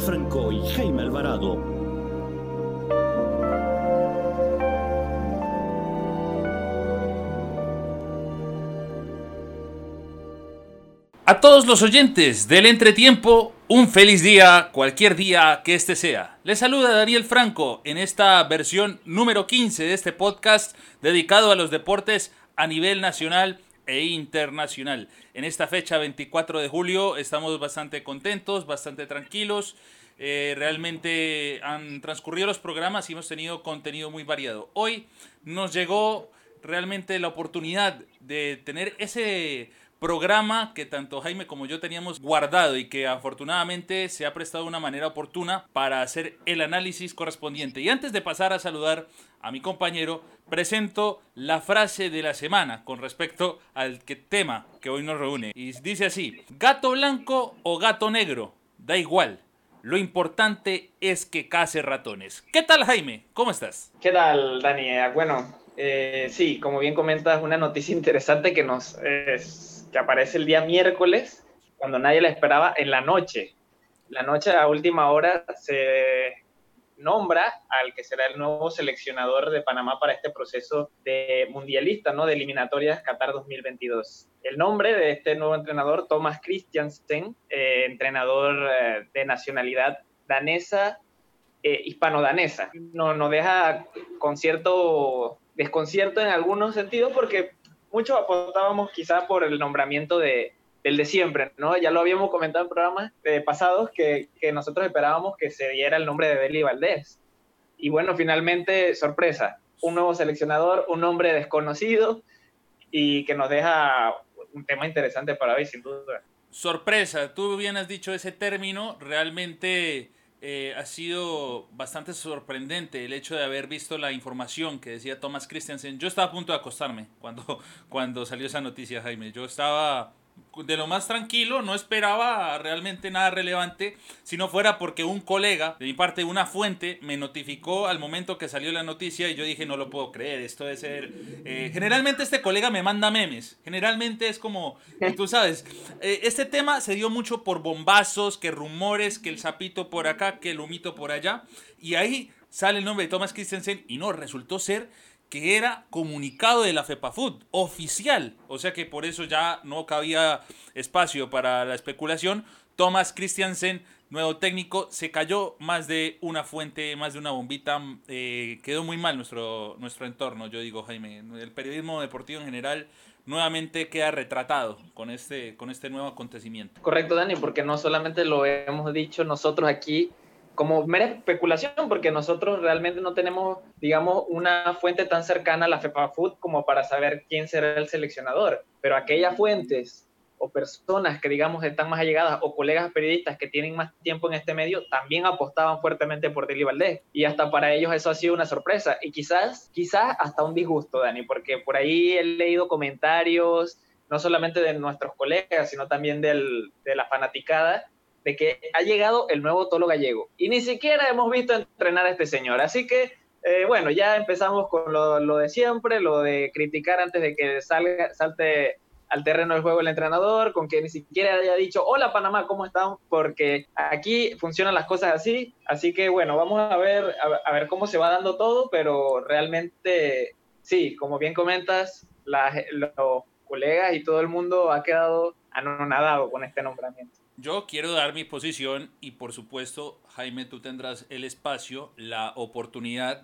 Franco y Jaime Alvarado. A todos los oyentes del Entretiempo, un feliz día, cualquier día que este sea. Les saluda Daniel Franco en esta versión número 15 de este podcast dedicado a los deportes a nivel nacional e internacional. En esta fecha, 24 de julio, estamos bastante contentos, bastante tranquilos. Realmente han transcurrido los programas y hemos tenido contenido muy variado. Hoy nos llegó realmente la oportunidad de tener ese programa que tanto Jaime como yo teníamos guardado y que afortunadamente se ha prestado de una manera oportuna para hacer el análisis correspondiente. Y antes de pasar a saludar a mi compañero, presento la frase de la semana con respecto al tema que hoy nos reúne. Y dice así: gato blanco o gato negro, da igual. Lo importante es que case ratones. ¿Qué tal, Jaime? ¿Cómo estás? ¿Qué tal, Dani? Sí, como bien comentas, una noticia interesante que aparece el día miércoles, cuando nadie la esperaba, en la noche. La noche, a última hora, se nombra al que será el nuevo seleccionador de Panamá para este proceso de mundialista, ¿no? De eliminatorias Qatar 2022. El nombre de este nuevo entrenador, Thomas Christiansen, entrenador de nacionalidad danesa, hispano-danesa. Nos deja con cierto desconcierto en algunos sentidos porque muchos apostábamos quizá por el nombramiento del de siempre, ¿no? Ya lo habíamos comentado en programas pasados que nosotros esperábamos que se diera el nombre de Dely Valdés. Y bueno, finalmente, sorpresa, un nuevo seleccionador, un nombre desconocido y que nos deja un tema interesante para hoy, sin duda. Sorpresa, tú bien has dicho ese término, realmente ha sido bastante sorprendente el hecho de haber visto la información que decía Thomas Christiansen. Yo estaba a punto de acostarme cuando salió esa noticia, Jaime. Yo estaba de lo más tranquilo, no esperaba realmente nada relevante, si no fuera porque un colega, de mi parte una fuente, me notificó al momento que salió la noticia y yo dije, no lo puedo creer, esto debe ser... generalmente este colega me manda memes, generalmente es como, tú sabes, este tema se dio mucho por bombazos, que rumores, que el sapito por acá, que el humito por allá, y ahí sale el nombre de Thomas Christiansen y no, resultó ser que era comunicado de la FEPAFUT, oficial, o sea que por eso ya no cabía espacio para la especulación. Thomas Christiansen, nuevo técnico, se cayó más de una fuente, más de una bombita, quedó muy mal nuestro entorno, yo digo, Jaime. El periodismo deportivo en general nuevamente queda retratado con este nuevo acontecimiento. Correcto, Dani, porque no solamente lo hemos dicho nosotros aquí como mera especulación, porque nosotros realmente no tenemos, digamos, una fuente tan cercana a la FEPAFUT como para saber quién será el seleccionador, pero aquellas fuentes o personas que, digamos, están más allegadas o colegas periodistas que tienen más tiempo en este medio también apostaban fuertemente por Dely Valdés, y hasta para ellos eso ha sido una sorpresa y quizás hasta un disgusto, Dani, porque por ahí he leído comentarios no solamente de nuestros colegas, sino también de la fanaticada, de que ha llegado el nuevo Tolo Gallego. Y ni siquiera hemos visto entrenar a este señor. Así que, bueno, ya empezamos con lo de siempre, lo de criticar antes de que salte al terreno del juego el entrenador, con que ni siquiera haya dicho, hola Panamá, ¿cómo están? Porque aquí funcionan las cosas así. Así que, bueno, vamos a ver cómo se va dando todo, pero realmente, sí, como bien comentas, los colegas y todo el mundo ha quedado anonadado con este nombramiento. Yo quiero dar mi posición y por supuesto, Jaime, tú tendrás el espacio, la oportunidad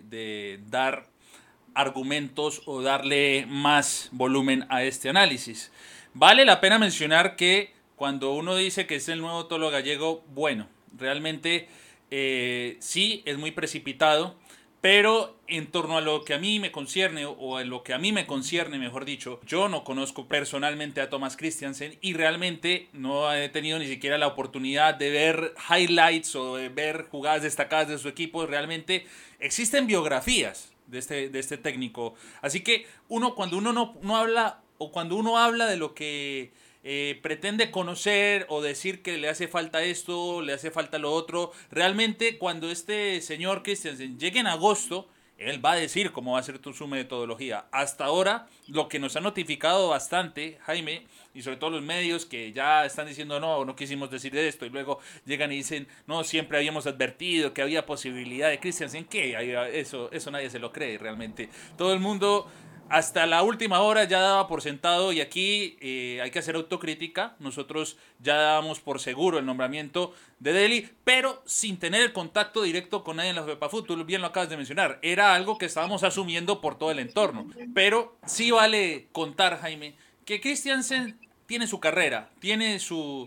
de dar argumentos o darle más volumen a este análisis. Vale la pena mencionar que cuando uno dice que es el nuevo Tolo Gallego, bueno, realmente sí es muy precipitado, pero en torno a lo que a mí me concierne, o a lo que a mí me concierne, mejor dicho, yo no conozco personalmente a Thomas Christiansen y realmente no he tenido ni siquiera la oportunidad de ver highlights o de ver jugadas destacadas de su equipo. Realmente existen biografías de este técnico. Así que cuando uno no habla, o cuando uno habla de lo que pretende conocer o decir que le hace falta esto, le hace falta lo otro, realmente cuando este señor Christiansen llegue en agosto, él va a decir cómo va a ser su metodología. Hasta ahora, lo que nos ha notificado bastante, Jaime, y sobre todo los medios que ya están diciendo no quisimos decir esto, y luego llegan y dicen, no, siempre habíamos advertido que había posibilidad de Christiansen, ¿qué? Eso nadie se lo cree realmente. Todo el mundo hasta la última hora ya daba por sentado, y aquí hay que hacer autocrítica. Nosotros ya dábamos por seguro el nombramiento de Deli, pero sin tener el contacto directo con nadie en la FEPAFUT. Tú bien lo acabas de mencionar, era algo que estábamos asumiendo por todo el entorno. Pero sí vale contar, Jaime, que Christiansen tiene su carrera, tiene su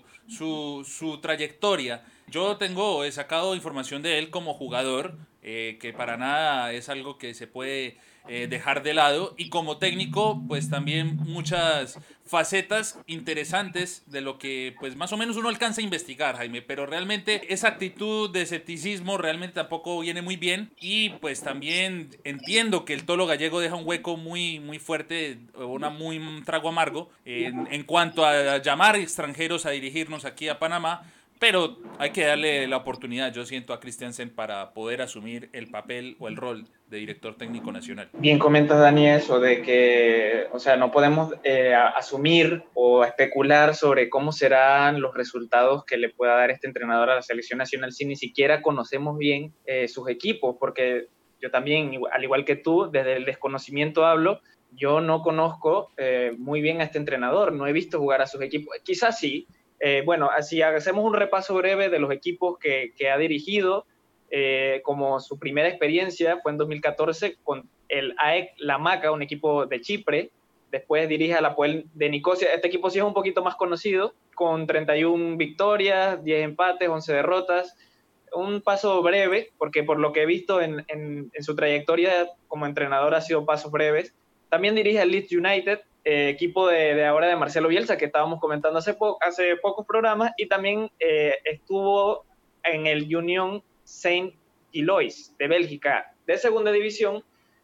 trayectoria. Yo he sacado información de él como jugador, que para nada es algo que se puede dejar de lado, y como técnico pues también muchas facetas interesantes de lo que pues más o menos uno alcanza a investigar, Jaime, pero realmente esa actitud de escepticismo realmente tampoco viene muy bien, y pues también entiendo que el Tolo Gallego deja un hueco muy fuerte, un trago amargo en cuanto a llamar extranjeros a dirigirnos aquí a Panamá. Pero hay que darle la oportunidad, yo siento, a Christiansen para poder asumir el papel o el rol de director técnico nacional. Bien comentas, Dani, eso de que, o sea, no podemos asumir o especular sobre cómo serán los resultados que le pueda dar este entrenador a la selección nacional si ni siquiera conocemos bien sus equipos, porque yo también, al igual que tú, desde el desconocimiento hablo. Yo no conozco muy bien a este entrenador, no he visto jugar a sus equipos, quizás sí. Bueno, así hacemos un repaso breve de los equipos que ha dirigido. Como su primera experiencia fue en 2014 con el AEK Lamaka, un equipo de Chipre. Después dirige al Apoel de Nicosia. Este equipo sí es un poquito más conocido, con 31 victorias, 10 empates, 11 derrotas. Un paso breve, porque por lo que he visto en su trayectoria como entrenador ha sido pasos breves. También dirige al Leeds United, equipo de ahora de Marcelo Bielsa, que estábamos comentando hace pocos programas, y también estuvo en el Union Saint-Gilloise de Bélgica, de segunda división,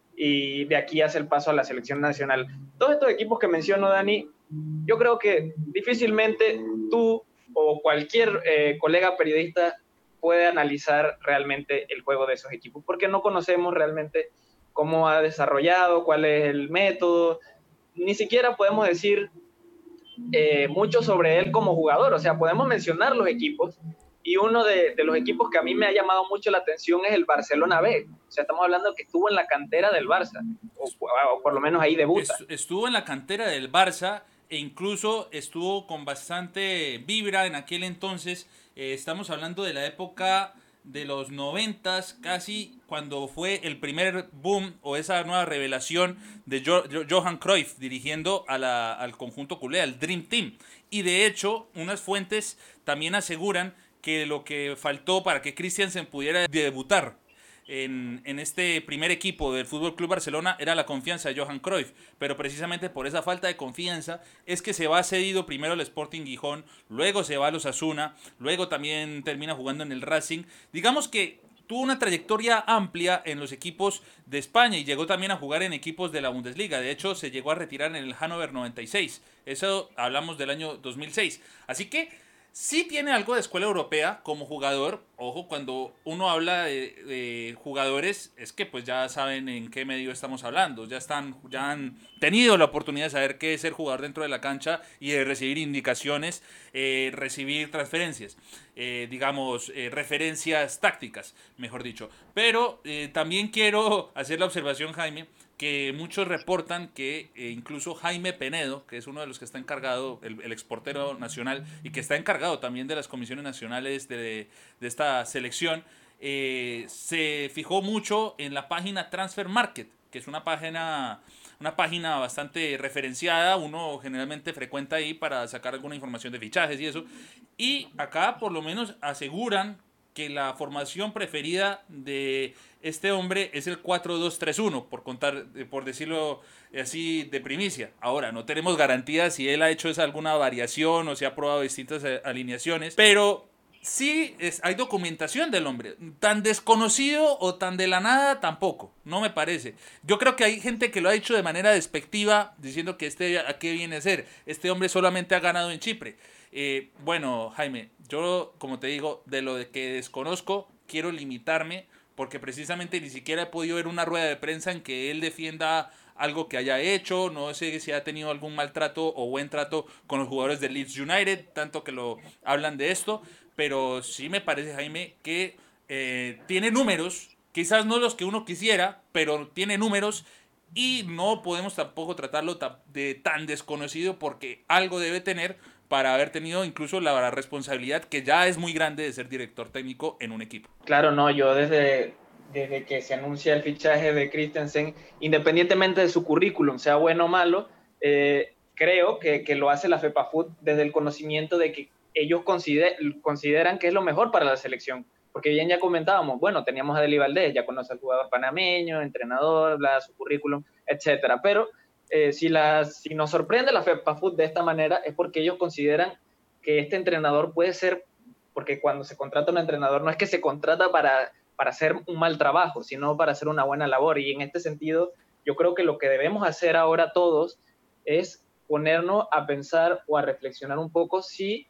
y de aquí hace el paso a la selección nacional. Todos estos equipos que menciono, Dani, yo creo que difícilmente tú o cualquier colega periodista puede analizar realmente el juego de esos equipos, porque no conocemos realmente cómo ha desarrollado, cuál es el método. Ni siquiera podemos decir mucho sobre él como jugador. O sea, podemos mencionar los equipos, y uno de los equipos que a mí me ha llamado mucho la atención es el Barcelona B. O sea, estamos hablando que estuvo en la cantera del Barça, o por lo menos ahí debuta. Estuvo en la cantera del Barça, e incluso estuvo con bastante vibra en aquel entonces. Estamos hablando de la época de los 90s, casi, cuando fue el primer boom o esa nueva revelación de Johan Cruyff dirigiendo al conjunto culé, al Dream Team. Y de hecho, unas fuentes también aseguran que lo que faltó para que Christiansen pudiera debutar en este primer equipo del Fútbol Club Barcelona era la confianza de Johan Cruyff, pero precisamente por esa falta de confianza es que se va cedido primero al Sporting Gijón, luego se va a los Osasuna, luego también termina jugando en el Racing. Digamos que tuvo una trayectoria amplia en los equipos de España y llegó también a jugar en equipos de la Bundesliga. De hecho, se llegó a retirar en el Hannover 96. Eso hablamos del año 2006. Así que sí tiene algo de escuela europea como jugador. Ojo, cuando uno habla de jugadores, es que pues ya saben en qué medio estamos hablando. Ya han tenido la oportunidad de saber qué es ser jugador dentro de la cancha y de recibir indicaciones, recibir transferencias, referencias tácticas, mejor dicho. Pero también quiero hacer la observación, Jaime, que muchos reportan que incluso Jaime Penedo, que es uno de los que está encargado, el exportero nacional, y que está encargado también de las comisiones nacionales de esta selección, se fijó mucho en la página Transfer Market, que es una página bastante referenciada. Uno generalmente frecuenta ahí para sacar alguna información de fichajes y eso. Y acá por lo menos aseguran que la formación preferida de este hombre es el 4-2-3-1, por decirlo así de primicia. Ahora, no tenemos garantía si él ha hecho alguna variación o si ha probado distintas alineaciones, pero sí hay documentación del hombre. Tan desconocido o tan de la nada tampoco, no me parece. Yo creo que hay gente que lo ha hecho de manera despectiva, diciendo que ¿a qué viene a ser? Este hombre solamente ha ganado en Chipre. Bueno, Jaime, yo, como te digo, de lo que desconozco, quiero limitarme porque precisamente ni siquiera he podido ver una rueda de prensa en que él defienda algo que haya hecho, no sé si ha tenido algún maltrato o buen trato con los jugadores de Leeds United, tanto que lo hablan de esto, pero sí me parece, Jaime, que tiene números, quizás no los que uno quisiera, pero tiene números y no podemos tampoco tratarlo de tan desconocido porque algo debe tener para haber tenido incluso la responsabilidad que ya es muy grande de ser director técnico en un equipo. Claro, no, yo desde que se anuncia el fichaje de Christensen, independientemente de su currículum, sea bueno o malo, creo que lo hace la FEPAFUT desde el conocimiento de que ellos consideran que es lo mejor para la selección. Porque bien ya comentábamos, bueno, teníamos a Deli Valdés, ya conoce al jugador panameño, entrenador, bla, su currículum, etcétera. Pero si nos sorprende la FEPAFUT de esta manera es porque ellos consideran que este entrenador puede ser, porque cuando se contrata un entrenador no es que se contrata para hacer un mal trabajo, sino para hacer una buena labor. Y en este sentido, yo creo que lo que debemos hacer ahora todos es ponernos a pensar o a reflexionar un poco si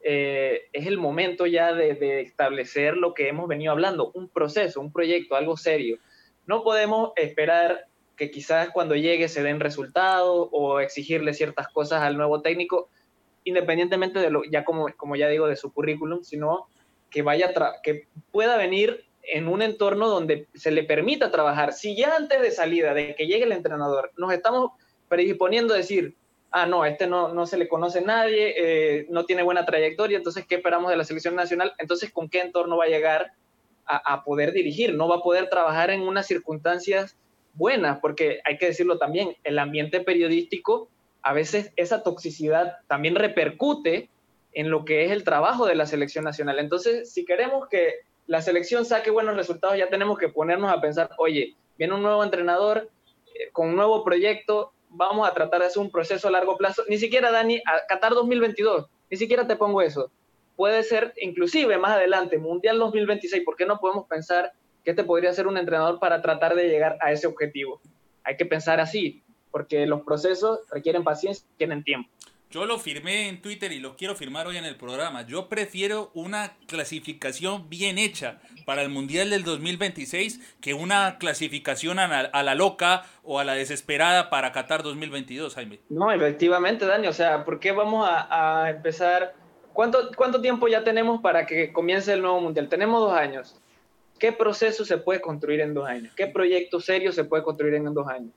es el momento ya de establecer lo que hemos venido hablando, un proceso, un proyecto, algo serio. No podemos esperar que quizás cuando llegue se den resultados o exigirle ciertas cosas al nuevo técnico, independientemente de ya como ya digo, de su currículum, sino que que pueda venir en un entorno donde se le permita trabajar. Si ya antes de salida, de que llegue el entrenador, nos estamos predisponiendo a decir, no, no se le conoce a nadie, no tiene buena trayectoria, entonces, ¿qué esperamos de la selección nacional? Entonces, ¿con qué entorno va a llegar a poder dirigir? No va a poder trabajar en unas circunstancias buenas, porque hay que decirlo también, el ambiente periodístico, a veces esa toxicidad también repercute en lo que es el trabajo de la selección nacional. Entonces, si queremos que la selección saque buenos resultados, ya tenemos que ponernos a pensar, oye, viene un nuevo entrenador con un nuevo proyecto, vamos a tratar de hacer un proceso a largo plazo. Ni siquiera, Dani, a Qatar 2022, ni siquiera te pongo eso. Puede ser, inclusive, más adelante, Mundial 2026, ¿por qué no podemos pensar que este podría ser un entrenador para tratar de llegar a ese objetivo? Hay que pensar así, porque los procesos requieren paciencia, tienen tiempo. Yo lo firmé en Twitter y lo quiero firmar hoy en el programa. Yo prefiero una clasificación bien hecha para el Mundial del 2026 que una clasificación a la loca o a la desesperada para Qatar 2022, Jaime. No, efectivamente, Dani. O sea, ¿por qué vamos a empezar? ¿Cuánto tiempo ya tenemos para que comience el nuevo Mundial? Tenemos 2 años. ¿Qué proceso se puede construir en 2 años? ¿Qué proyecto serio se puede construir en 2 años?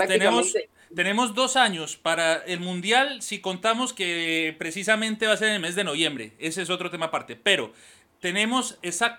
Tenemos 2 años para el Mundial si contamos que precisamente va a ser en el mes de noviembre. Ese es otro tema aparte. Pero tenemos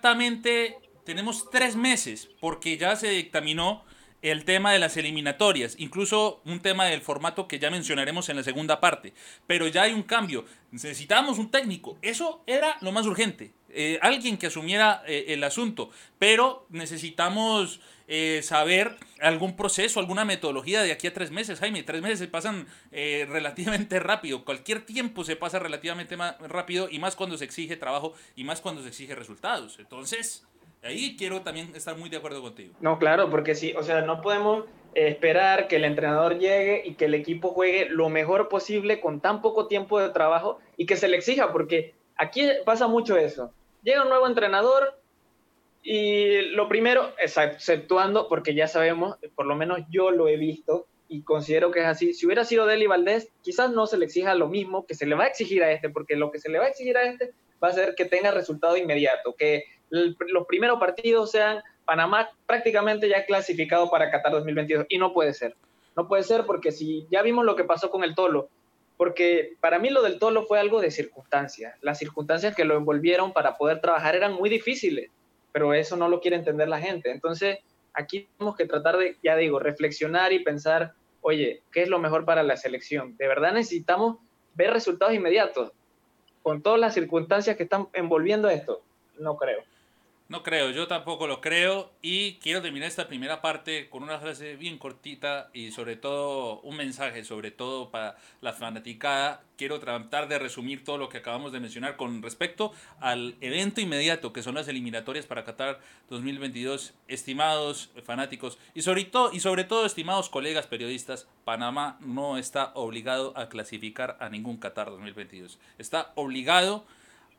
3 meses porque ya se dictaminó el tema de las eliminatorias, incluso un tema del formato que ya mencionaremos en la segunda parte. Pero ya hay un cambio. Necesitábamos un técnico. Eso era lo más urgente. Alguien que asumiera el asunto. Pero necesitamos saber algún proceso, alguna metodología de aquí a 3 meses. Jaime, 3 meses se pasan relativamente rápido. Cualquier tiempo se pasa relativamente más rápido y más cuando se exige trabajo y más cuando se exige resultados. Entonces, ahí quiero también estar muy de acuerdo contigo. No, claro, porque sí, o sea, no podemos esperar que el entrenador llegue y que el equipo juegue lo mejor posible con tan poco tiempo de trabajo y que se le exija, porque aquí pasa mucho eso. Llega un nuevo entrenador y lo primero, exceptuando, porque ya sabemos, por lo menos yo lo he visto y considero que es así, si hubiera sido Deli Valdés, quizás no se le exija lo mismo que se le va a exigir a este, porque lo que se le va a exigir a este va a ser que tenga resultado inmediato, que los primeros partidos sean Panamá prácticamente ya clasificado para Qatar 2022, y no puede ser. No puede ser porque si ya vimos lo que pasó con el Tolo, porque para mí lo del Tolo fue algo de circunstancias. Las circunstancias que lo envolvieron para poder trabajar eran muy difíciles, pero eso no lo quiere entender la gente. Entonces, aquí tenemos que tratar de, ya digo, reflexionar y pensar, oye, ¿qué es lo mejor para la selección? ¿De verdad necesitamos ver resultados inmediatos con todas las circunstancias que están envolviendo esto? No creo. No creo, yo tampoco lo creo y quiero terminar esta primera parte con una frase bien cortita y sobre todo un mensaje, sobre todo para la fanaticada. Quiero tratar de resumir todo lo que acabamos de mencionar con respecto al evento inmediato que son las eliminatorias para Qatar 2022. Estimados fanáticos y sobre todo estimados colegas periodistas, Panamá no está obligado a clasificar a ningún Qatar 2022. Está obligado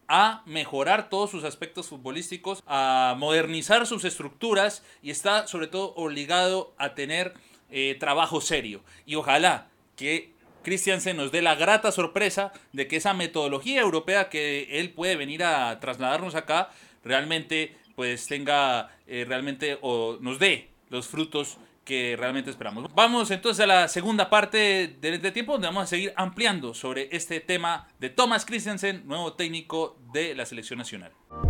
a mejorar todos sus aspectos futbolísticos, a modernizar sus estructuras y está sobre todo obligado a tener trabajo serio. Y ojalá que Christiansen nos dé la grata sorpresa de que esa metodología europea que él puede venir a trasladarnos acá realmente pues tenga realmente o nos dé los frutos que realmente esperamos. Vamos entonces a la segunda parte de tiempo donde vamos a seguir ampliando sobre este tema de Thomas Christiansen, nuevo técnico de la selección nacional.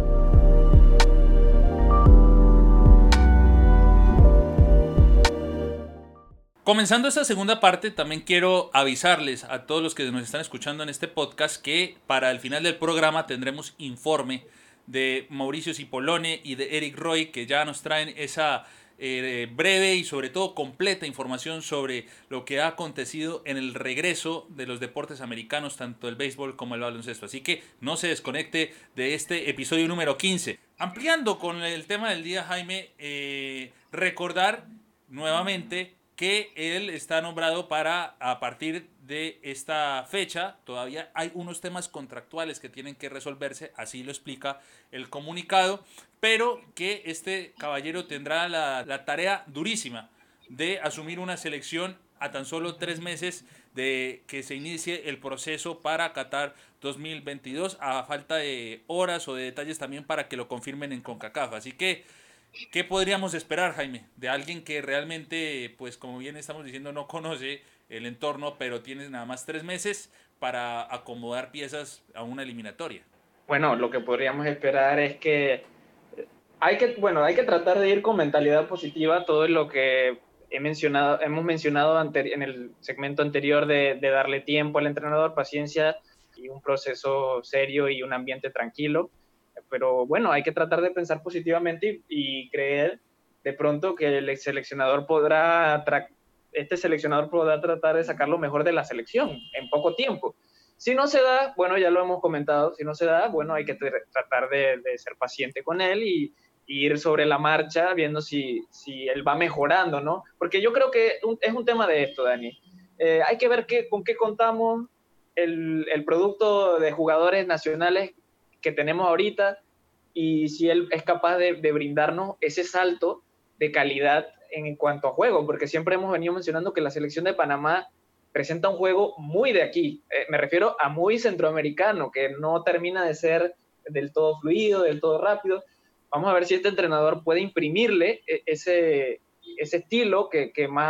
Comenzando esta segunda parte, también quiero avisarles a todos los que nos están escuchando en este podcast que para el final del programa tendremos informe de Mauricio Cipollone y de Eric Roy, que ya nos traen esa breve y sobre todo completa información sobre lo que ha acontecido en el regreso de los deportes americanos, tanto el béisbol como el baloncesto. Así que no se desconecte de este episodio número 15. Ampliando con el tema del día, Jaime, recordar nuevamente que él está nombrado para, a partir de esta fecha, todavía hay unos temas contractuales que tienen que resolverse, así lo explica el comunicado, pero que este caballero tendrá la tarea durísima de asumir una selección a tan solo 3 meses de que se inicie el proceso para Qatar 2022, a falta de horas o de detalles también para que lo confirmen en CONCACAF. Así que ¿qué podríamos esperar, Jaime, de alguien que realmente, pues como bien estamos diciendo, no conoce el entorno, pero tiene nada más 3 meses para acomodar piezas a una eliminatoria? Bueno, lo que podríamos esperar es que hay que tratar de ir con mentalidad positiva. Todo lo que hemos mencionado en el segmento anterior de darle tiempo al entrenador, paciencia y un proceso serio y un ambiente tranquilo. Pero bueno, hay que tratar de pensar positivamente y creer de pronto que este seleccionador podrá tratar de sacar lo mejor de la selección en poco tiempo. Si no se da, bueno, ya lo hemos comentado, si no se da, bueno, hay que tratar de ser paciente con él y ir sobre la marcha viendo si él va mejorando, ¿no? Porque yo creo que es un tema de esto, Dani. Hay que ver con qué contamos, el producto de jugadores nacionales que tenemos ahorita y si él es capaz de brindarnos ese salto de calidad en cuanto a juego, porque siempre hemos venido mencionando que la selección de Panamá presenta un juego muy de aquí, me refiero a muy centroamericano, que no termina de ser del todo fluido, del todo rápido. Vamos a ver si este entrenador puede imprimirle ese estilo que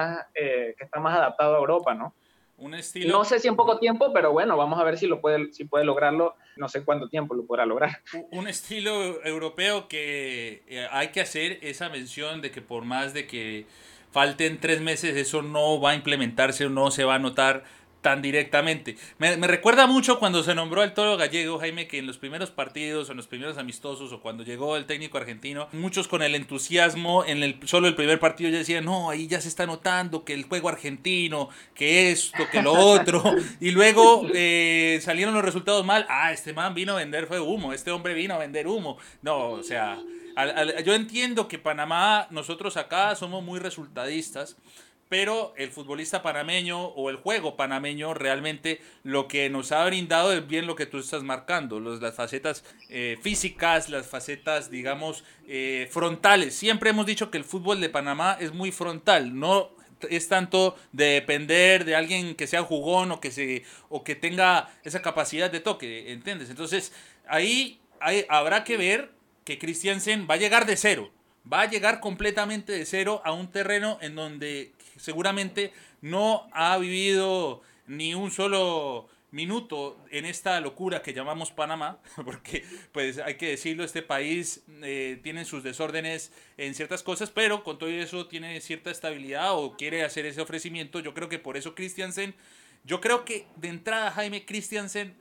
está más adaptado a Europa, ¿no? Un estilo... No sé si en poco tiempo, pero bueno, vamos a ver si puede lograrlo. No sé cuánto tiempo lo podrá lograr. Un estilo europeo que hay que hacer esa mención de que por más de que falten 3 meses, eso no va a implementarse o no se va a notar tan directamente. Me recuerda mucho cuando se nombró al Toro Gallego, Jaime, que en los primeros partidos, en los primeros amistosos o cuando llegó el técnico argentino, muchos con el entusiasmo, solo el primer partido ya decían, no, ahí ya se está notando que el juego argentino, que esto, que lo otro, y luego salieron los resultados mal, este man vino a vender fue humo, este hombre vino a vender humo. No, o sea, yo entiendo que Panamá, nosotros acá somos muy resultadistas, pero el futbolista panameño o el juego panameño realmente lo que nos ha brindado es bien lo que tú estás marcando, las facetas físicas, las facetas, digamos, frontales. Siempre hemos dicho que el fútbol de Panamá es muy frontal, no es tanto de depender de alguien que sea jugón o que tenga esa capacidad de toque, ¿entiendes? Entonces, ahí habrá que ver que Christiansen va a llegar de cero. Va a llegar completamente de cero a un terreno en donde seguramente no ha vivido ni un solo minuto en esta locura que llamamos Panamá, porque pues hay que decirlo, este país tiene sus desórdenes en ciertas cosas, pero con todo eso tiene cierta estabilidad o quiere hacer ese ofrecimiento. Yo creo que por eso Christiansen, yo creo que de entrada Jaime Christiansen,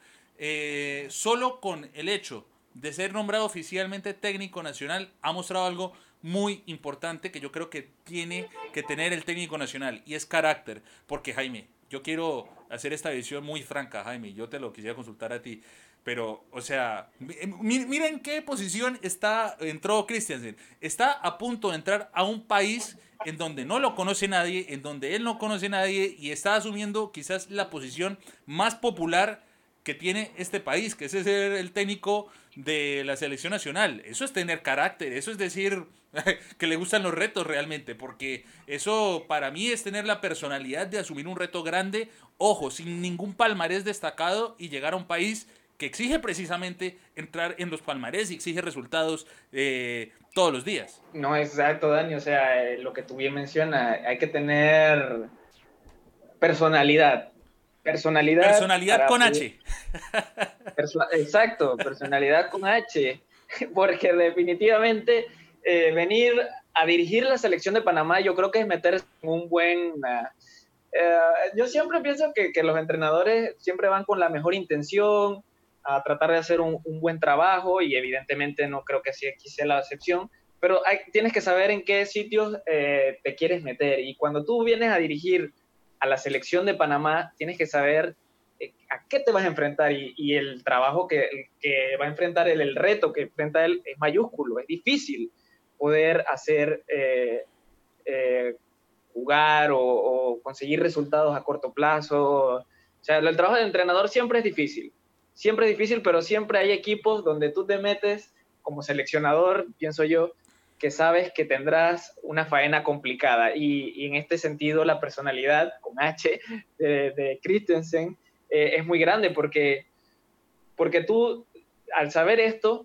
solo con el hecho de ser nombrado oficialmente técnico nacional, ha mostrado algo muy importante que yo creo que tiene que tener el técnico nacional, y es carácter. Porque, Jaime, yo quiero hacer esta visión muy franca, Jaime, yo te lo quisiera consultar a ti, pero, o sea, mira en qué posición entró Christiansen. Está a punto de entrar a un país en donde no lo conoce nadie, en donde él no conoce nadie, y está asumiendo quizás la posición más popular que tiene este país, que es ser el técnico de la selección nacional. Eso es tener carácter, eso es decir que le gustan los retos realmente, porque eso para mí es tener la personalidad de asumir un reto grande, ojo, sin ningún palmarés destacado y llegar a un país que exige precisamente entrar en los palmarés y exige resultados todos los días. No, exacto, Dani, o sea, lo que tú bien mencionas, hay que tener personalidad. Personalidad con H. Exacto, personalidad con H, porque definitivamente venir a dirigir la selección de Panamá yo creo que es meterse en un buen... yo siempre pienso que los entrenadores siempre van con la mejor intención a tratar de hacer un buen trabajo y evidentemente no creo que aquí sea la excepción, pero tienes que saber en qué sitios te quieres meter y cuando tú vienes a dirigir a la selección de Panamá tienes que saber a qué te vas a enfrentar y el trabajo que va a enfrentar él, el reto que enfrenta él es mayúsculo, es difícil poder hacer jugar o conseguir resultados a corto plazo. O sea, el trabajo de entrenador siempre es difícil, pero siempre hay equipos donde tú te metes como seleccionador, pienso yo, que sabes que tendrás una faena complicada y en este sentido la personalidad con H de Christensen es muy grande porque tú, al saber esto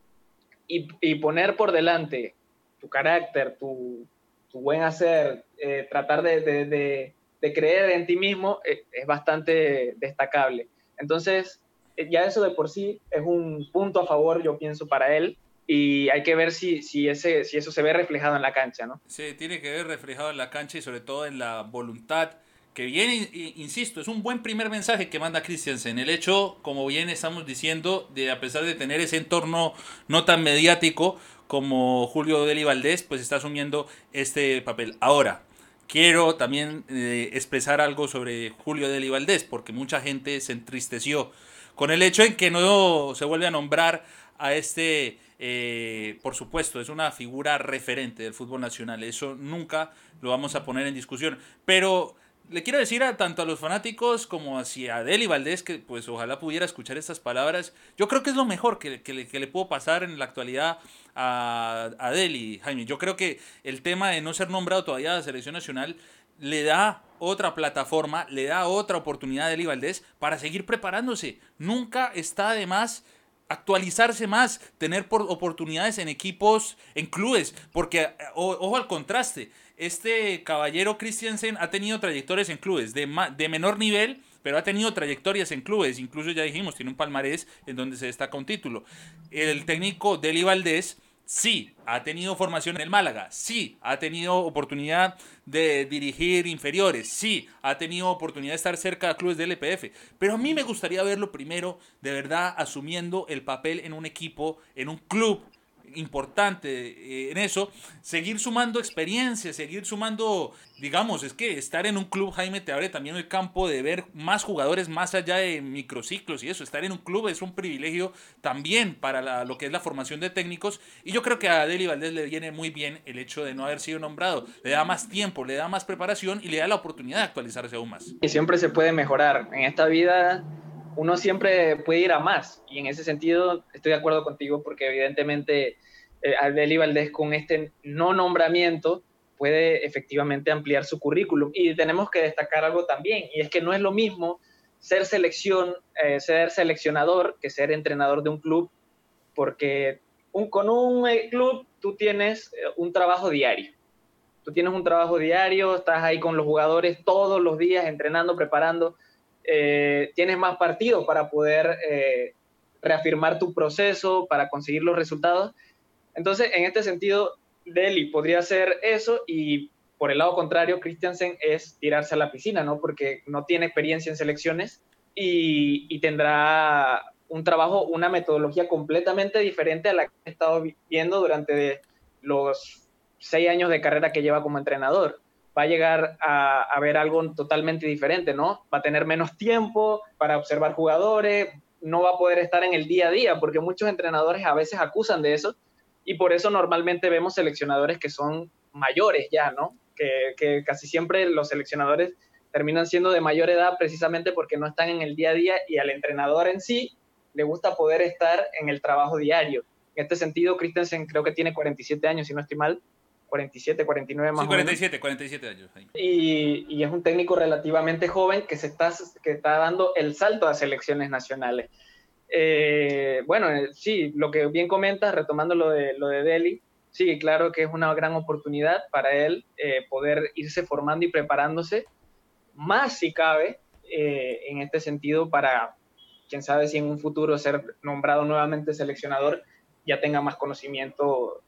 y poner por delante tu carácter, tu buen hacer, tratar de creer en ti mismo, es bastante destacable. Entonces, ya eso de por sí es un punto a favor, yo pienso, para él, y hay que ver si eso se ve reflejado en la cancha, ¿no? Sí, tiene que ver reflejado en la cancha y sobre todo en la voluntad que viene, insisto, es un buen primer mensaje que manda Christiansen. El hecho, como bien estamos diciendo, de a pesar de tener ese entorno no tan mediático como Julio Deli Valdés, pues está asumiendo este papel. Ahora, quiero también expresar algo sobre Julio Deli Valdés, porque mucha gente se entristeció con el hecho en que no se vuelve a nombrar a este, por supuesto, es una figura referente del fútbol nacional, eso nunca lo vamos a poner en discusión, pero le quiero decir tanto a los fanáticos como hacia Deli Valdés, que pues ojalá pudiera escuchar estas palabras. Yo creo que es lo mejor que le puedo pasar en la actualidad a Deli, Jaime. Yo creo que el tema de no ser nombrado todavía a la selección nacional le da otra plataforma, le da otra oportunidad a Deli Valdés para seguir preparándose. Nunca está de más actualizarse más, tener oportunidades en equipos, en clubes, porque ojo al contraste, este caballero Christiansen ha tenido trayectorias en clubes de menor nivel, pero ha tenido trayectorias en clubes, incluso ya dijimos, tiene un palmarés en donde se destaca un título. El técnico Deli Valdés sí, ha tenido formación en el Málaga, sí, ha tenido oportunidad de dirigir inferiores, sí, ha tenido oportunidad de estar cerca de clubes del LPF, pero a mí me gustaría verlo primero, de verdad, asumiendo el papel en un equipo, en un club importante en eso, seguir sumando experiencia, seguir sumando, digamos, es que estar en un club, Jaime, te abre también el campo de ver más jugadores más allá de microciclos y eso, estar en un club es un privilegio también para lo que es la formación de técnicos y yo creo que a Deli Valdés le viene muy bien el hecho de no haber sido nombrado, le da más tiempo, le da más preparación y le da la oportunidad de actualizarse aún más. Y siempre se puede mejorar, en esta vida uno siempre puede ir a más y en ese sentido estoy de acuerdo contigo porque evidentemente Deli Valdés con este no nombramiento puede efectivamente ampliar su currículum y tenemos que destacar algo también y es que no es lo mismo ser seleccionador que ser entrenador de un club porque con un club tú tienes un trabajo diario. Tú tienes un trabajo diario, estás ahí con los jugadores todos los días entrenando, preparando, tienes más partidos para poder reafirmar tu proceso, para conseguir los resultados. Entonces, en este sentido, Deli podría hacer eso y por el lado contrario, Christiansen es tirarse a la piscina, ¿no? Porque no tiene experiencia en selecciones y tendrá un trabajo, una metodología completamente diferente a la que he estado viendo durante los 6 años de carrera que lleva como entrenador. Va a llegar a ver algo totalmente diferente, ¿no? Va a tener menos tiempo para observar jugadores, no va a poder estar en el día a día, porque muchos entrenadores a veces acusan de eso, y por eso normalmente vemos seleccionadores que son mayores ya, ¿no? Que casi siempre los seleccionadores terminan siendo de mayor edad precisamente porque no están en el día a día y al entrenador en sí le gusta poder estar en el trabajo diario. En este sentido, Christensen creo que tiene 47 años, si no estoy mal, 47, 49 más Sí, o menos. 47 años. Y es un técnico relativamente joven que está dando el salto a selecciones nacionales. Bueno, sí, lo que bien comentas, retomando lo de Delhi, sí, claro que es una gran oportunidad para él poder irse formando y preparándose, más si cabe, en este sentido, para, quién sabe si en un futuro ser nombrado nuevamente seleccionador, ya tenga más conocimiento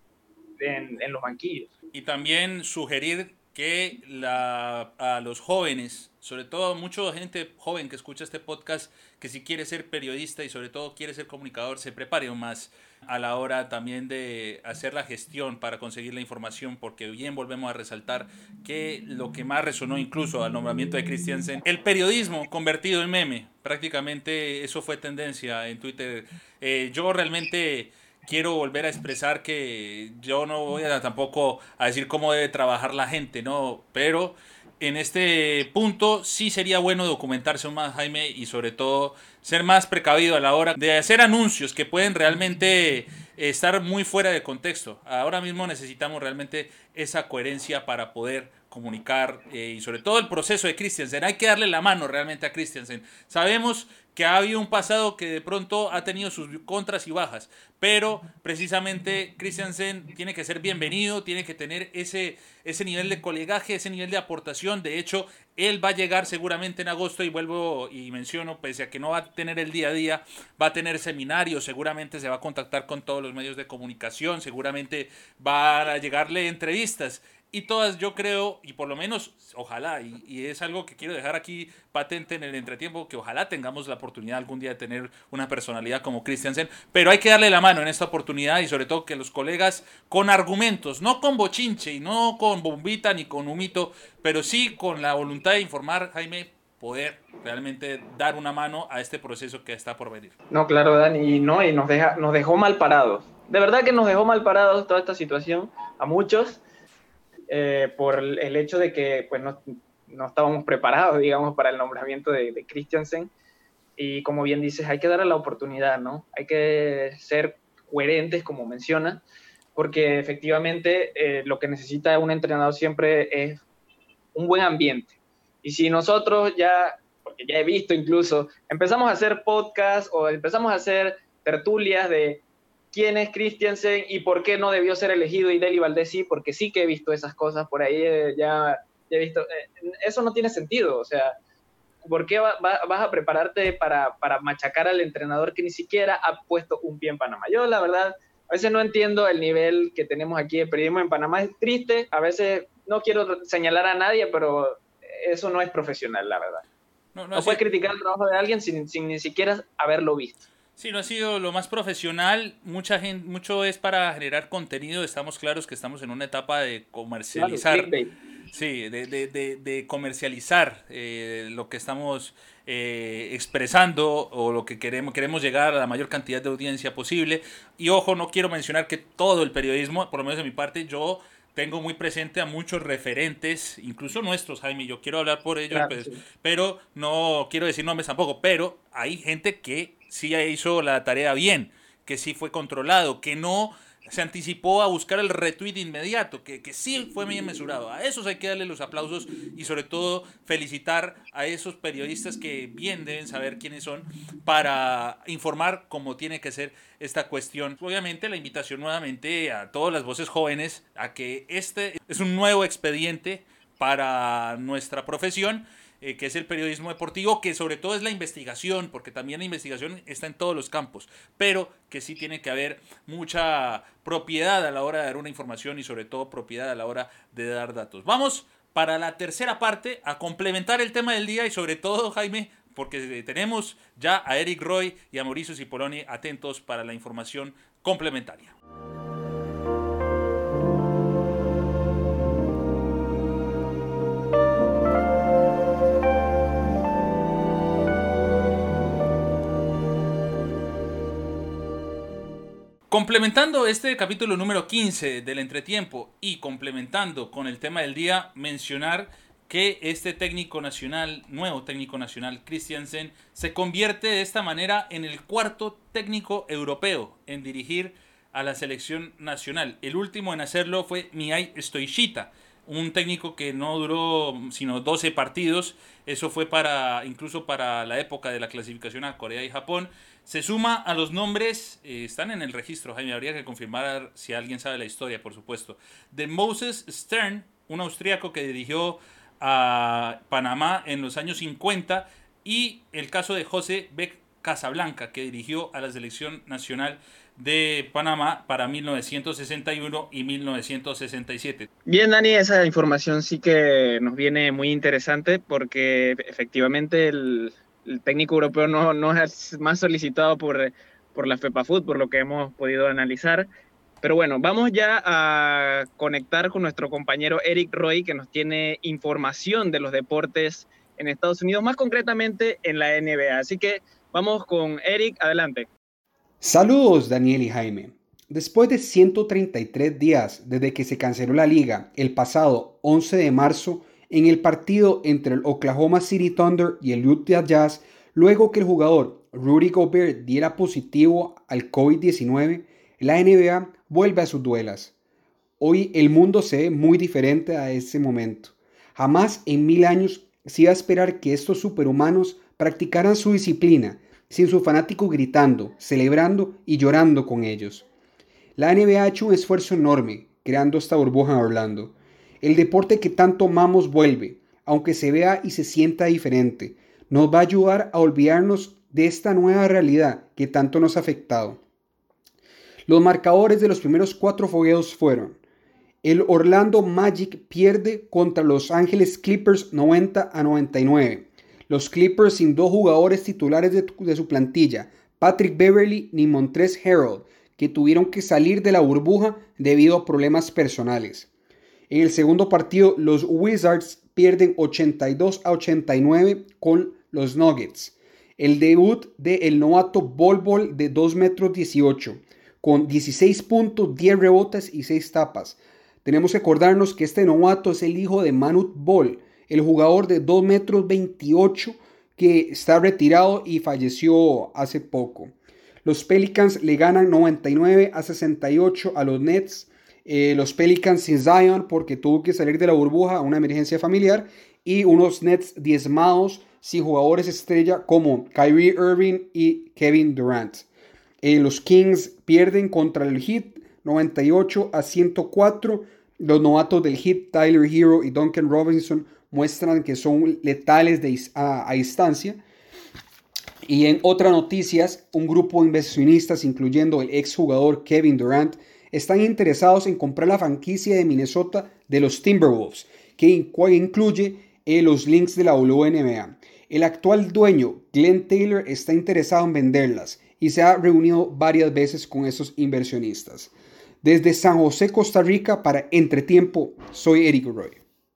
en los banquillos. Y también sugerir que a los jóvenes, sobre todo mucha gente joven que escucha este podcast, que si quiere ser periodista y sobre todo quiere ser comunicador, se prepare más a la hora también de hacer la gestión para conseguir la información, porque bien volvemos a resaltar que lo que más resonó incluso al nombramiento de Christiansen, el periodismo convertido en meme, prácticamente eso fue tendencia en Twitter. Yo realmente quiero volver a expresar que yo no voy a tampoco a decir cómo debe trabajar la gente, ¿no? Pero en este punto sí sería bueno documentarse más, Jaime, y sobre todo ser más precavido a la hora de hacer anuncios que pueden realmente estar muy fuera de contexto. Ahora mismo necesitamos realmente esa coherencia para poder comunicar y sobre todo el proceso de Christiansen. Hay que darle la mano realmente a Christiansen. Sabemos que ha habido un pasado que de pronto ha tenido sus contras y bajas, pero precisamente Christiansen tiene que ser bienvenido, tiene que tener ese nivel de colegaje, ese nivel de aportación. De hecho, él va a llegar seguramente en agosto y vuelvo y menciono, pese a que no va a tener el día a día, va a tener seminarios, seguramente se va a contactar con todos los medios de comunicación, seguramente va a llegarle entrevistas. Y todas yo creo, y por lo menos ojalá, y es algo que quiero dejar aquí patente en el entretiempo, que ojalá tengamos la oportunidad algún día de tener una personalidad como Christiansen, pero hay que darle la mano en esta oportunidad y sobre todo que los colegas con argumentos, no con bochinche y no con bombita ni con humito, pero sí con la voluntad de informar, Jaime, poder realmente dar una mano a este proceso que está por venir. No, claro, Dani, y nos dejó mal parados. De verdad que nos dejó mal parados toda esta situación a muchos. Por el hecho de que pues, no estábamos preparados, digamos, para el nombramiento de Christiansen. Y como bien dices, hay que darle la oportunidad, ¿no? Hay que ser coherentes, como menciona, porque efectivamente lo que necesita un entrenador siempre es un buen ambiente. Y si nosotros porque ya he visto incluso, empezamos a hacer podcasts o empezamos a hacer tertulias de quién es Christiansen y por qué no debió ser elegido y Deli Valdés sí, porque sí que he visto esas cosas por ahí, ya he visto, eso no tiene sentido, o sea, ¿por qué vas a prepararte para machacar al entrenador que ni siquiera ha puesto un pie en Panamá? Yo la verdad, a veces no entiendo el nivel que tenemos aquí de periodismo en Panamá, es triste, a veces no quiero señalar a nadie, pero eso no es profesional, la verdad. No puedes criticar el trabajo de alguien sin ni siquiera haberlo visto. Sí, no ha sido lo más profesional. Mucho es para generar contenido. Estamos claros que estamos en una etapa de comercializar. Claro, sí, de comercializar lo que estamos expresando o lo que queremos llegar a la mayor cantidad de audiencia posible. Y ojo, no quiero mencionar que todo el periodismo, por lo menos de mi parte, yo tengo muy presente a muchos referentes, incluso nuestros, Jaime, yo quiero hablar por ellos, claro, pues, sí. Pero no quiero decir nombres tampoco, pero hay gente que sí hizo la tarea bien, que sí fue controlado, que no se anticipó a buscar el retweet inmediato, que sí fue bien mesurado. A esos hay que darle los aplausos y sobre todo felicitar a esos periodistas que bien deben saber quiénes son para informar cómo tiene que ser esta cuestión. Obviamente la invitación nuevamente a todas las voces jóvenes a que este es un nuevo expediente para nuestra profesión, que es el periodismo deportivo, que sobre todo es la investigación, porque también la investigación está en todos los campos, pero que sí tiene que haber mucha propiedad a la hora de dar una información y sobre todo propiedad a la hora de dar datos. Vamos para la tercera parte a complementar el tema del día y sobre todo, Jaime, porque tenemos ya a Eric Roy y a Mauricio Cipollone atentos para la información complementaria. Complementando este capítulo número 15 del entretiempo y complementando con el tema del día, mencionar que este técnico nacional, nuevo técnico nacional, Christiansen, se convierte de esta manera en el cuarto técnico europeo en dirigir a la selección nacional. El último en hacerlo fue Mihai Stoichita, un técnico que no duró sino 12 partidos. Eso fue incluso para la época de la clasificación a Corea y Japón. Se suma a los nombres, están en el registro, Jaime, habría que confirmar si alguien sabe la historia, por supuesto, de Moses Stern, un austríaco que dirigió a Panamá en los años 50, y el caso de José Beck Casablanca, que dirigió a la selección nacional de Panamá para 1961 y 1967. Bien, Dani, esa información sí que nos viene muy interesante porque efectivamente el técnico europeo no es más solicitado por la FEPAFUT, por lo que hemos podido analizar. Pero bueno, vamos ya a conectar con nuestro compañero Eric Roy, que nos tiene información de los deportes en Estados Unidos, más concretamente en la NBA. Así que vamos con Eric, adelante. Saludos, Daniel y Jaime. Después de 133 días desde que se canceló la liga el pasado 11 de marzo en el partido entre el Oklahoma City Thunder y el Utah Jazz, luego que el jugador Rudy Gobert diera positivo al COVID-19, la NBA vuelve a sus duelas. Hoy el mundo se ve muy diferente a ese momento. Jamás en 1000 años se iba a esperar que estos superhumanos practicaran su disciplina sin sus fanáticos gritando, celebrando y llorando con ellos. La NBA ha hecho un esfuerzo enorme creando esta burbuja en Orlando. El deporte que tanto amamos vuelve, aunque se vea y se sienta diferente. Nos va a ayudar a olvidarnos de esta nueva realidad que tanto nos ha afectado. Los marcadores de los primeros 4 fogueos fueron: el Orlando Magic pierde contra Los Ángeles Clippers 90-99. Los Clippers sin 2 jugadores titulares de su plantilla, Patrick Beverley ni Montrezl Harrell, que tuvieron que salir de la burbuja debido a problemas personales. En el segundo partido, los Wizards pierden 82-89 con los Nuggets. El debut del novato Bol Bol de 2,18 m, con 16 puntos, 10 rebotes y 6 tapas. Tenemos que acordarnos que este novato es el hijo de Manute Bol, el jugador de 2,28 m que está retirado y falleció hace poco. Los Pelicans le ganan 99-68 a los Nets. Los Pelicans sin Zion porque tuvo que salir de la burbuja a una emergencia familiar, y unos Nets diezmados sin jugadores estrella como Kyrie Irving y Kevin Durant. Los Kings pierden contra el Heat 98-104. Los novatos del Heat, Tyler Hero y Duncan Robinson, muestran que son letales a distancia. Y en otras noticias, un grupo de inversionistas, incluyendo el exjugador Kevin Durant, están interesados en comprar la franquicia de Minnesota de los Timberwolves, que incluye los Lynx de la WNBA. El actual dueño, Glenn Taylor, está interesado en venderlas y se ha reunido varias veces con esos inversionistas. Desde San José, Costa Rica, para Entretiempo, soy Eric Roy.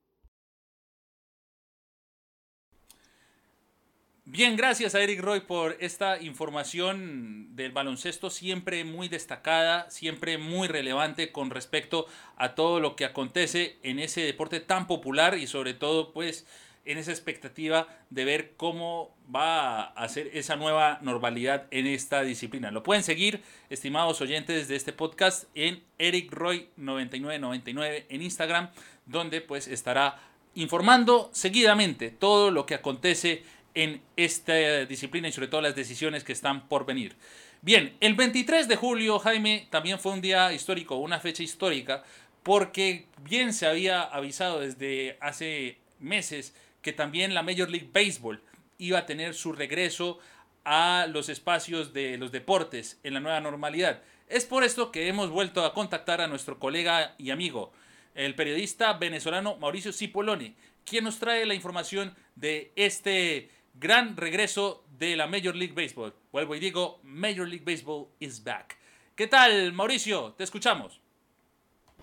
Bien, gracias a Eric Roy por esta información del baloncesto, siempre muy destacada, siempre muy relevante con respecto a todo lo que acontece en ese deporte tan popular, y sobre todo pues en esa expectativa de ver cómo va a ser esa nueva normalidad en esta disciplina. Lo pueden seguir, estimados oyentes de este podcast, en ericroy9999 en Instagram, donde pues estará informando seguidamente todo lo que acontece en esta disciplina y sobre todo las decisiones que están por venir. Bien, el 23 de julio, Jaime, también fue un día histórico, una fecha histórica, porque bien se había avisado desde hace meses que también la Major League Baseball iba a tener su regreso a los espacios de los deportes en la nueva normalidad. Es por esto que hemos vuelto a contactar a nuestro colega y amigo, el periodista venezolano Mauricio Cipollone, quien nos trae la información de este gran regreso de la Major League Baseball. Vuelvo y digo, Major League Baseball is back. ¿Qué tal, Mauricio? Te escuchamos.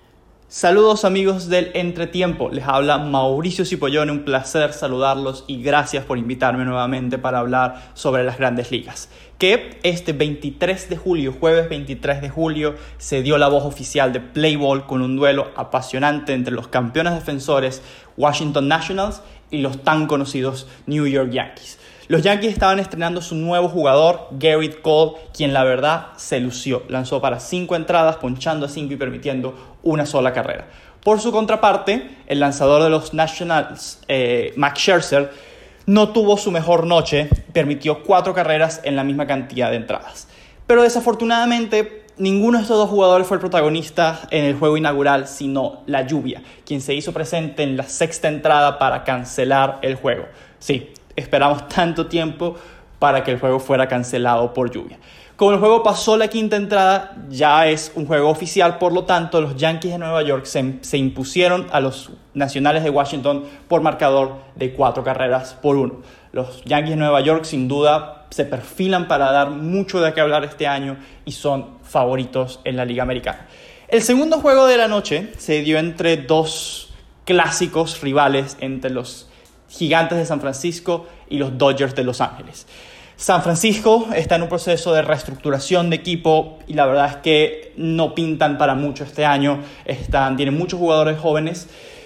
Saludos amigos del Entretiempo, les habla Mauricio Cipollone, un placer saludarlos y gracias por invitarme nuevamente para hablar sobre las Grandes Ligas. Que este 23 de julio, jueves 23 de julio, se dio la voz oficial de Play Ball con un duelo apasionante entre los campeones defensores Washington Nationals y los tan conocidos New York Yankees. Los Yankees estaban estrenando su nuevo jugador, Gerrit Cole, quien la verdad se lució. Lanzó para 5 entradas, ponchando a 5 y permitiendo una sola carrera. Por su contraparte, el lanzador de los Nationals, Max Scherzer, no tuvo su mejor noche, permitió 4 carreras en la misma cantidad de entradas. Pero desafortunadamente, ninguno de estos dos jugadores fue el protagonista en el juego inaugural, sino la lluvia, quien se hizo presente en la 6ª entrada para cancelar el juego. Sí, esperamos tanto tiempo para que el juego fuera cancelado por lluvia. Como el juego pasó la 5ª entrada, ya es un juego oficial, por lo tanto, los Yankees de Nueva York se impusieron a los Nacionales de Washington por marcador de 4 carreras por 1. Los Yankees de Nueva York, sin duda, se perfilan para dar mucho de qué hablar este año y son favoritos en la Liga Americana. El segundo juego de la noche se dio entre dos clásicos rivales entre los Gigantes de San Francisco y los Dodgers de Los Ángeles. San Francisco está en un proceso de reestructuración de equipo y la verdad es que no pintan para mucho este año. Tienen muchos jugadores jóvenes,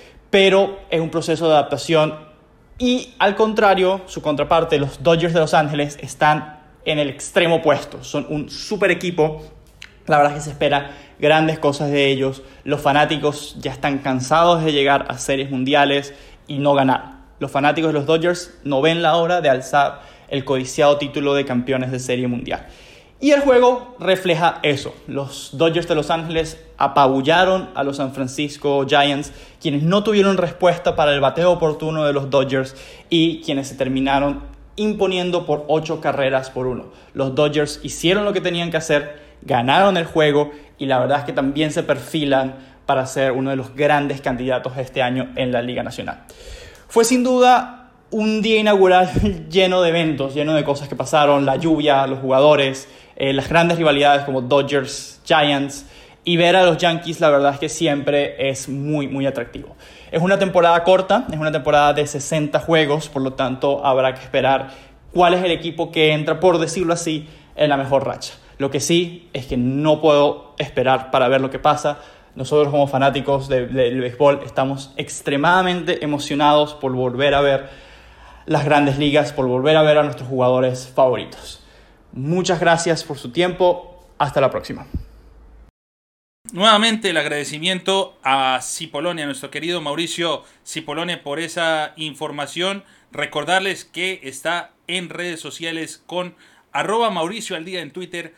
pero es un proceso de adaptación. Y al contrario, su contraparte, los Dodgers de Los Ángeles, están en el extremo opuesto. Son un super equipo. La verdad es que se espera grandes cosas de ellos. Los fanáticos ya están cansados de llegar a series mundiales y no ganar. Los fanáticos de los Dodgers no ven la hora de alzar el codiciado título de campeones de serie mundial. Y el juego refleja eso. Los Dodgers de Los Ángeles apabullaron a los San Francisco Giants, quienes no tuvieron respuesta para el bateo oportuno de los Dodgers y quienes se terminaron imponiendo por 8 carreras por 1. Los Dodgers hicieron lo que tenían que hacer, ganaron el juego y la verdad es que también se perfilan para ser uno de los grandes candidatos este año en la Liga Nacional. Fue sin duda un día inaugural lleno de eventos, lleno de cosas que pasaron, la lluvia, los jugadores, las grandes rivalidades como Dodgers, Giants, y ver a los Yankees la verdad es que siempre es muy, muy atractivo. Es una temporada corta, es una temporada de 60 juegos, por lo tanto habrá que esperar cuál es el equipo que entra, por decirlo así, en la mejor racha. Lo que sí es que no puedo esperar para ver lo que pasa. Nosotros como fanáticos del béisbol estamos extremadamente emocionados por volver a ver las Grandes Ligas, por volver a ver a nuestros jugadores favoritos. Muchas gracias por su tiempo. Hasta la próxima. Nuevamente el agradecimiento a Cipollone, a nuestro querido Mauricio Cipollone, por esa información. Recordarles que está en redes sociales con @MauricioAlDía en Twitter,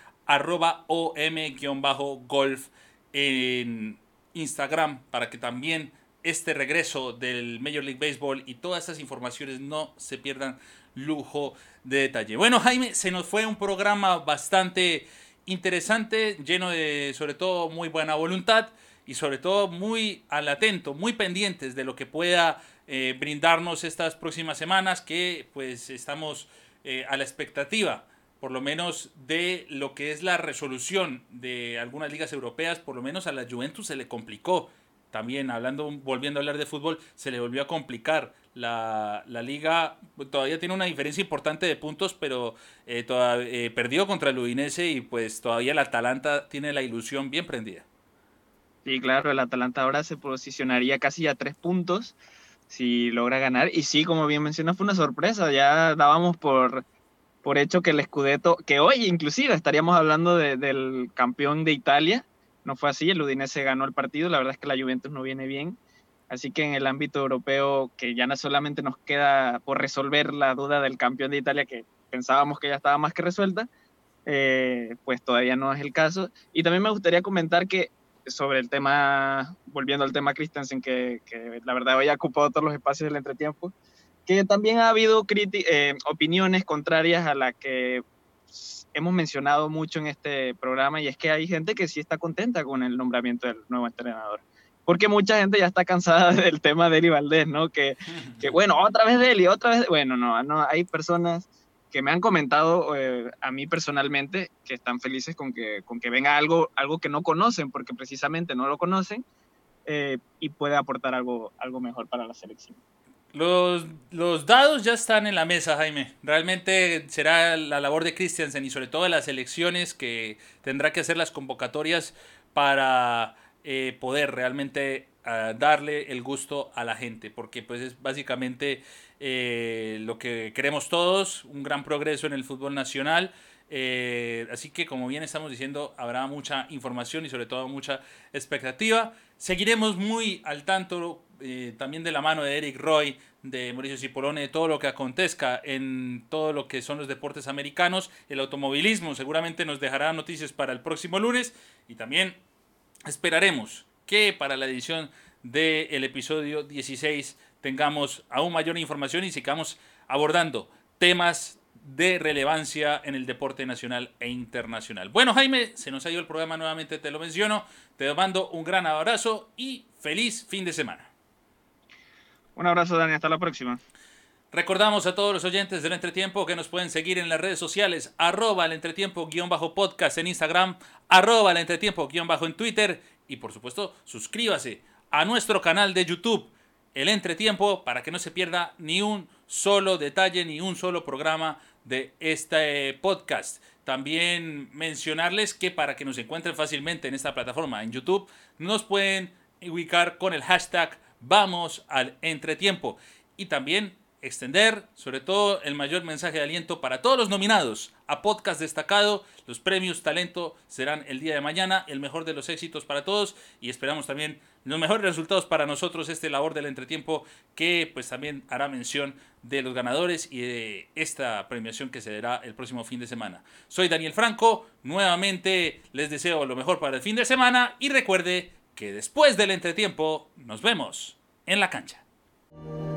@om_golf en Instagram, para que también este regreso del Major League Baseball y todas estas informaciones no se pierdan lujo de detalle. Bueno, Jaime, se nos fue un programa bastante interesante, lleno de, sobre todo, muy buena voluntad y sobre todo muy al atento, muy pendientes de lo que pueda brindarnos estas próximas semanas, que pues estamos a la expectativa, por lo menos, de lo que es la resolución de algunas ligas europeas. Por lo menos a la Juventus se le complicó. También volviendo a hablar de fútbol, se le volvió a complicar. La liga todavía tiene una diferencia importante de puntos, pero perdió contra el Udinese y pues todavía el Atalanta tiene la ilusión bien prendida. Sí, claro, el Atalanta ahora se posicionaría casi a 3 puntos si logra ganar. Y sí, como bien mencionas, fue una sorpresa. Ya dábamos por hecho que el Scudetto, que hoy inclusive estaríamos hablando del campeón de Italia. No fue así, el Udinese ganó el partido, la verdad es que la Juventus no viene bien, así que en el ámbito europeo, que ya no solamente nos queda por resolver la duda del campeón de Italia, que pensábamos que ya estaba más que resuelta, pues todavía no es el caso. Y también me gustaría comentar que sobre el tema, volviendo al tema Christensen, que la verdad hoy ha ocupado todos los espacios del entretiempo, que también ha habido opiniones contrarias a la que hemos mencionado mucho en este programa, y es que hay gente que sí está contenta con el nombramiento del nuevo entrenador, porque mucha gente ya está cansada del tema de Eli Valdés, ¿no? Que bueno, otra vez de Eli, otra vez, bueno, no, hay personas que me han comentado a mí personalmente que están felices con que venga algo que no conocen, porque precisamente no lo conocen, y puede aportar algo mejor para la selección. Los dados ya están en la mesa, Jaime. Realmente será la labor de Christiansen y sobre todo de las selecciones que tendrá que hacer las convocatorias para poder realmente darle el gusto a la gente, porque pues es básicamente lo que queremos todos, un gran progreso en el fútbol nacional. Así que, como bien estamos diciendo, habrá mucha información y sobre todo mucha expectativa. Seguiremos muy al tanto también de la mano de Eric Roy, de Mauricio Cipollone, de todo lo que acontezca en todo lo que son los deportes americanos. El automovilismo seguramente nos dejará noticias para el próximo lunes, y también esperaremos que para la edición del episodio 16 tengamos aún mayor información y sigamos abordando temas de relevancia en el deporte nacional e internacional. Bueno, Jaime, se nos ha ido el programa nuevamente, te lo menciono. Te mando un gran abrazo y feliz fin de semana. Un abrazo, Dani, hasta la próxima. Recordamos a todos los oyentes del Entretiempo que nos pueden seguir en las redes sociales, @el entretiempo_podcast en Instagram, @el entretiempo_ en Twitter, y por supuesto suscríbase a nuestro canal de YouTube, El Entretiempo, para que no se pierda ni un solo detalle, ni un solo programa de este podcast. También mencionarles que para que nos encuentren fácilmente en esta plataforma en YouTube, nos pueden ubicar con el hashtag Vamos al Entretiempo, y también extender sobre todo el mayor mensaje de aliento para todos los nominados a podcast destacado. Los premios Talento serán el día de mañana. El mejor de los éxitos para todos, y esperamos también los mejores resultados para nosotros, este labor del Entretiempo, que pues también hará mención de los ganadores y de esta premiación que se dará el próximo fin de semana. Soy Daniel Franco, nuevamente les deseo lo mejor para el fin de semana, y recuerde que después del Entretiempo nos vemos en la cancha.